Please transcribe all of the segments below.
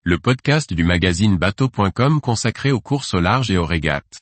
le podcast du magazine bateau.com consacré aux courses au large et aux régates.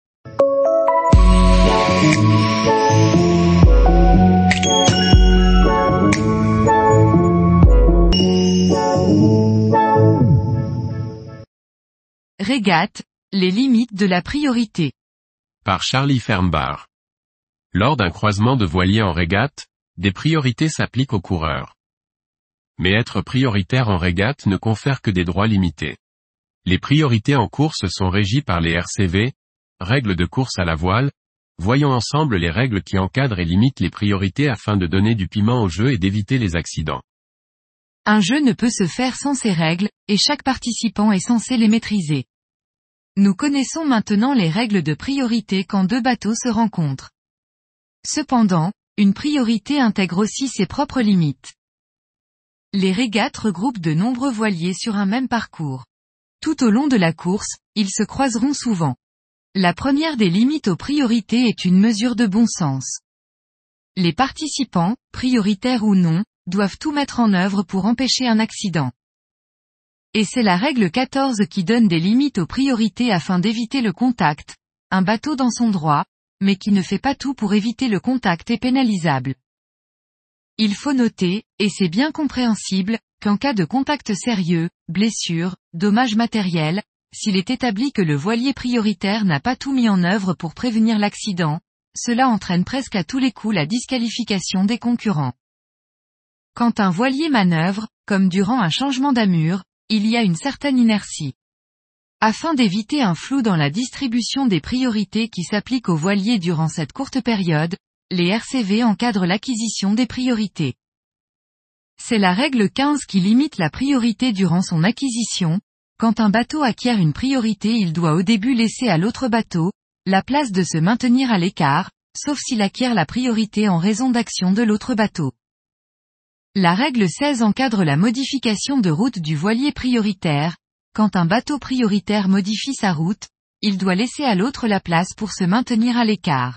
Régate, les limites de la priorité. Par Charlie Fernbach. Lors d'un croisement de voiliers en régate, des priorités s'appliquent aux coureurs. Mais être prioritaire en régate ne confère que des droits limités. Les priorités en course sont régies par les RCV, règles de course à la voile. Voyons ensemble les règles qui encadrent et limitent les priorités afin de donner du piment au jeu et d'éviter les accidents. Un jeu ne peut se faire sans ces règles, et chaque participant est censé les maîtriser. Nous connaissons maintenant les règles de priorité quand deux bateaux se rencontrent. Cependant, une priorité intègre aussi ses propres limites. Les régates regroupent de nombreux voiliers sur un même parcours. Tout au long de la course, ils se croiseront souvent. La première des limites aux priorités est une mesure de bon sens. Les participants, prioritaires ou non, doivent tout mettre en œuvre pour empêcher un accident. Et c'est la règle 14 qui donne des limites aux priorités afin d'éviter le contact. Un bateau dans son droit, mais qui ne fait pas tout pour éviter le contact est pénalisable. Il faut noter, et c'est bien compréhensible, qu'en cas de contact sérieux, blessure, dommages matériels, s'il est établi que le voilier prioritaire n'a pas tout mis en œuvre pour prévenir l'accident, cela entraîne presque à tous les coups la disqualification des concurrents. Quand un voilier manœuvre, comme durant un changement d'amure, il y a une certaine inertie. Afin d'éviter un flou dans la distribution des priorités qui s'appliquent aux voiliers durant cette courte période, les RCV encadrent l'acquisition des priorités. C'est la règle 15 qui limite la priorité durant son acquisition. Quand un bateau acquiert une priorité, il doit au début laisser à l'autre bateau la place de se maintenir à l'écart, sauf s'il acquiert la priorité en raison d'action de l'autre bateau. La règle 16 encadre la modification de route du voilier prioritaire. Quand un bateau prioritaire modifie sa route, il doit laisser à l'autre la place pour se maintenir à l'écart.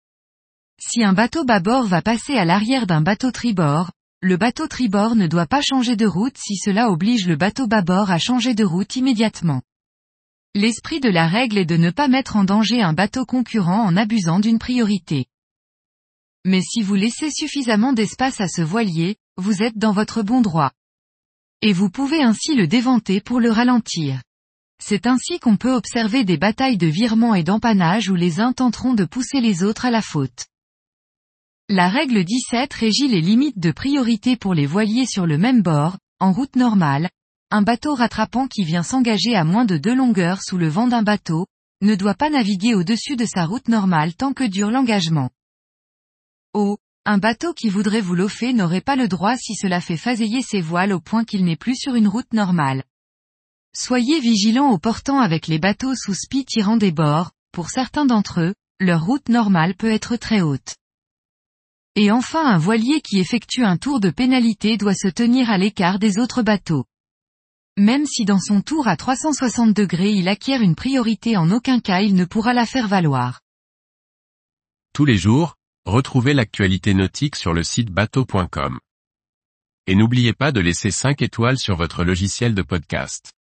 Si un bateau bâbord va passer à l'arrière d'un bateau tribord, le bateau tribord ne doit pas changer de route si cela oblige le bateau bâbord à changer de route immédiatement. L'esprit de la règle est de ne pas mettre en danger un bateau concurrent en abusant d'une priorité. Mais si vous laissez suffisamment d'espace à ce voilier, vous êtes dans votre bon droit. Et vous pouvez ainsi le déventer pour le ralentir. C'est ainsi qu'on peut observer des batailles de virement et d'empannage où les uns tenteront de pousser les autres à la faute. La règle 17 régit les limites de priorité pour les voiliers sur le même bord. En route normale, un bateau rattrapant qui vient s'engager à moins de 2 longueurs sous le vent d'un bateau, ne doit pas naviguer au-dessus de sa route normale tant que dure l'engagement. Un bateau qui voudrait vous lofer n'aurait pas le droit si cela fait faseiller ses voiles au point qu'il n'est plus sur une route normale. Soyez vigilants au portant avec les bateaux sous spi tirant des bords. Pour certains d'entre eux, leur route normale peut être très haute. Et enfin, un voilier qui effectue un tour de pénalité doit se tenir à l'écart des autres bateaux. Même si dans son tour à 360 degrés il acquiert une priorité, en aucun cas il ne pourra la faire valoir. Tous les jours, retrouvez l'actualité nautique sur le site bateau.com. Et n'oubliez pas de laisser 5 étoiles sur votre logiciel de podcast.